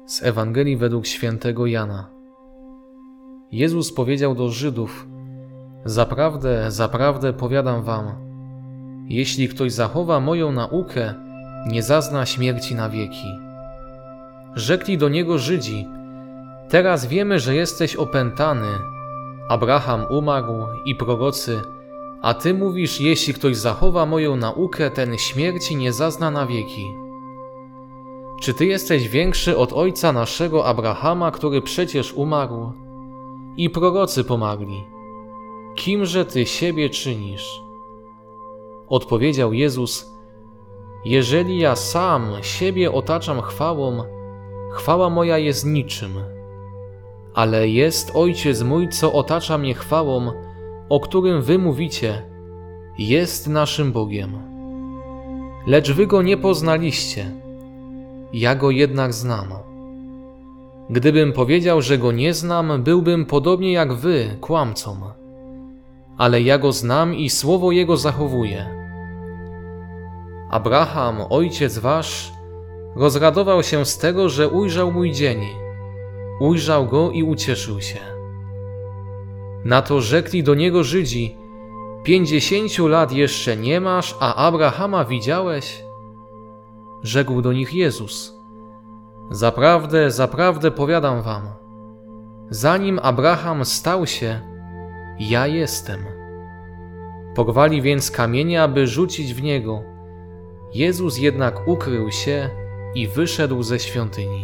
Z Ewangelii według świętego Jana. Jezus powiedział do Żydów: Zaprawdę, zaprawdę powiadam wam, jeśli ktoś zachowa moją naukę, nie zazna śmierci na wieki. Rzekli do niego Żydzi: Teraz wiemy, że jesteś opętany. Abraham umarł i prorocy, a ty mówisz, jeśli ktoś zachowa moją naukę, ten śmierci nie zazna na wieki. Czy ty jesteś większy od ojca naszego Abrahama, który przecież umarł? I prorocy pomarli. Kimże ty siebie czynisz? Odpowiedział Jezus: Jeżeli ja sam siebie otaczam chwałą, chwała moja jest niczym. Ale jest Ojciec mój, co otacza mnie chwałą, o którym wy mówicie, jest naszym Bogiem. Lecz wy go nie poznaliście, ja go jednak znam. Gdybym powiedział, że go nie znam, byłbym podobnie jak wy, kłamcą. Ale ja go znam i słowo jego zachowuję. Abraham, ojciec wasz, rozradował się z tego, że ujrzał mój dzień. Ujrzał go i ucieszył się. Na to rzekli do niego Żydzi: 50 lat jeszcze nie masz, a Abrahama widziałeś? Rzekł do nich Jezus: Zaprawdę, zaprawdę powiadam wam, zanim Abraham stał się, ja jestem. Porwali więc kamienie, aby rzucić w niego. Jezus jednak ukrył się i wyszedł ze świątyni.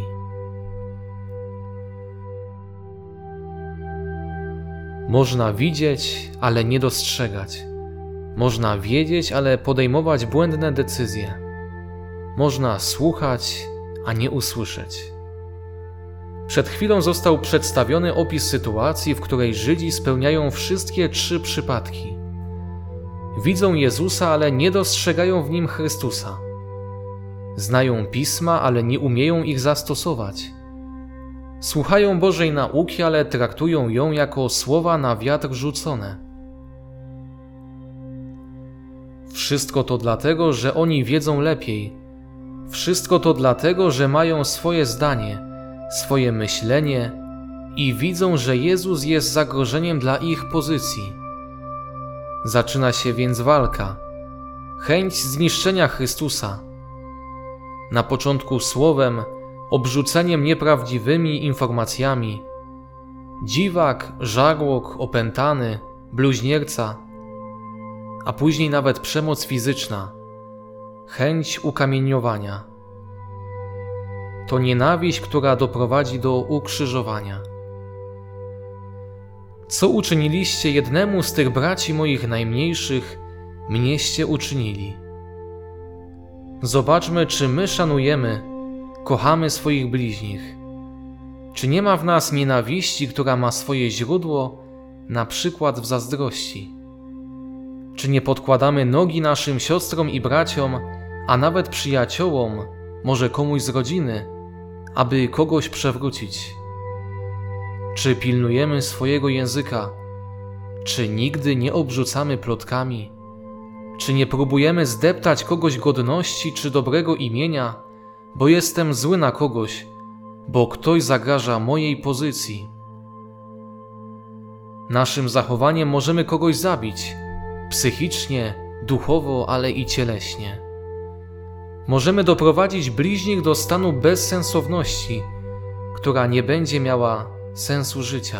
Można widzieć, ale nie dostrzegać. Można wiedzieć, ale podejmować błędne decyzje. Można słuchać, a nie usłyszeć. Przed chwilą został przedstawiony opis sytuacji, w której Żydzi spełniają wszystkie 3 przypadki. Widzą Jezusa, ale nie dostrzegają w Nim Chrystusa. Znają Pisma, ale nie umieją ich zastosować. Słuchają Bożej nauki, ale traktują ją jako słowa na wiatr rzucone. Wszystko to dlatego, że oni wiedzą lepiej. Wszystko to dlatego, że mają swoje zdanie, swoje myślenie i widzą, że Jezus jest zagrożeniem dla ich pozycji. Zaczyna się więc walka, chęć zniszczenia Chrystusa. Na początku słowem, obrzuceniem nieprawdziwymi informacjami. Dziwak, żarłok, opętany, bluźnierca, a później nawet przemoc fizyczna, chęć ukamieniowania. To nienawiść, która doprowadzi do ukrzyżowania. Co uczyniliście jednemu z tych braci moich najmniejszych, mnieście uczynili. Zobaczmy, czy my szanujemy, kochamy swoich bliźnich. Czy nie ma w nas nienawiści, która ma swoje źródło, na przykład w zazdrości? Czy nie podkładamy nogi naszym siostrom i braciom, a nawet przyjaciołom, może komuś z rodziny, aby kogoś przewrócić? Czy pilnujemy swojego języka? Czy nigdy nie obrzucamy plotkami? Czy nie próbujemy zdeptać kogoś godności czy dobrego imienia, bo jestem zły na kogoś, bo ktoś zagraża mojej pozycji? Naszym zachowaniem możemy kogoś zabić, psychicznie, duchowo, ale i cieleśnie. Możemy doprowadzić bliźnich do stanu bezsensowności, która nie będzie miała sensu życia.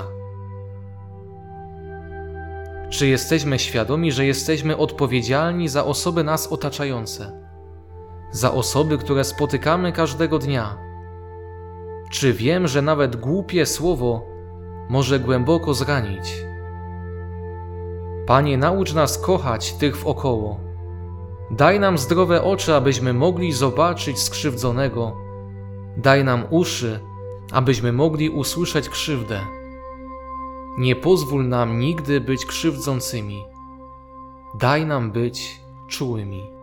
Czy jesteśmy świadomi, że jesteśmy odpowiedzialni za osoby nas otaczające? Za osoby, które spotykamy każdego dnia? Czy wiem, że nawet głupie słowo może głęboko zranić? Panie, naucz nas kochać tych wokoło. Daj nam zdrowe oczy, abyśmy mogli zobaczyć skrzywdzonego. Daj nam uszy, abyśmy mogli usłyszeć krzywdę. Nie pozwól nam nigdy być krzywdzącymi. Daj nam być czułymi.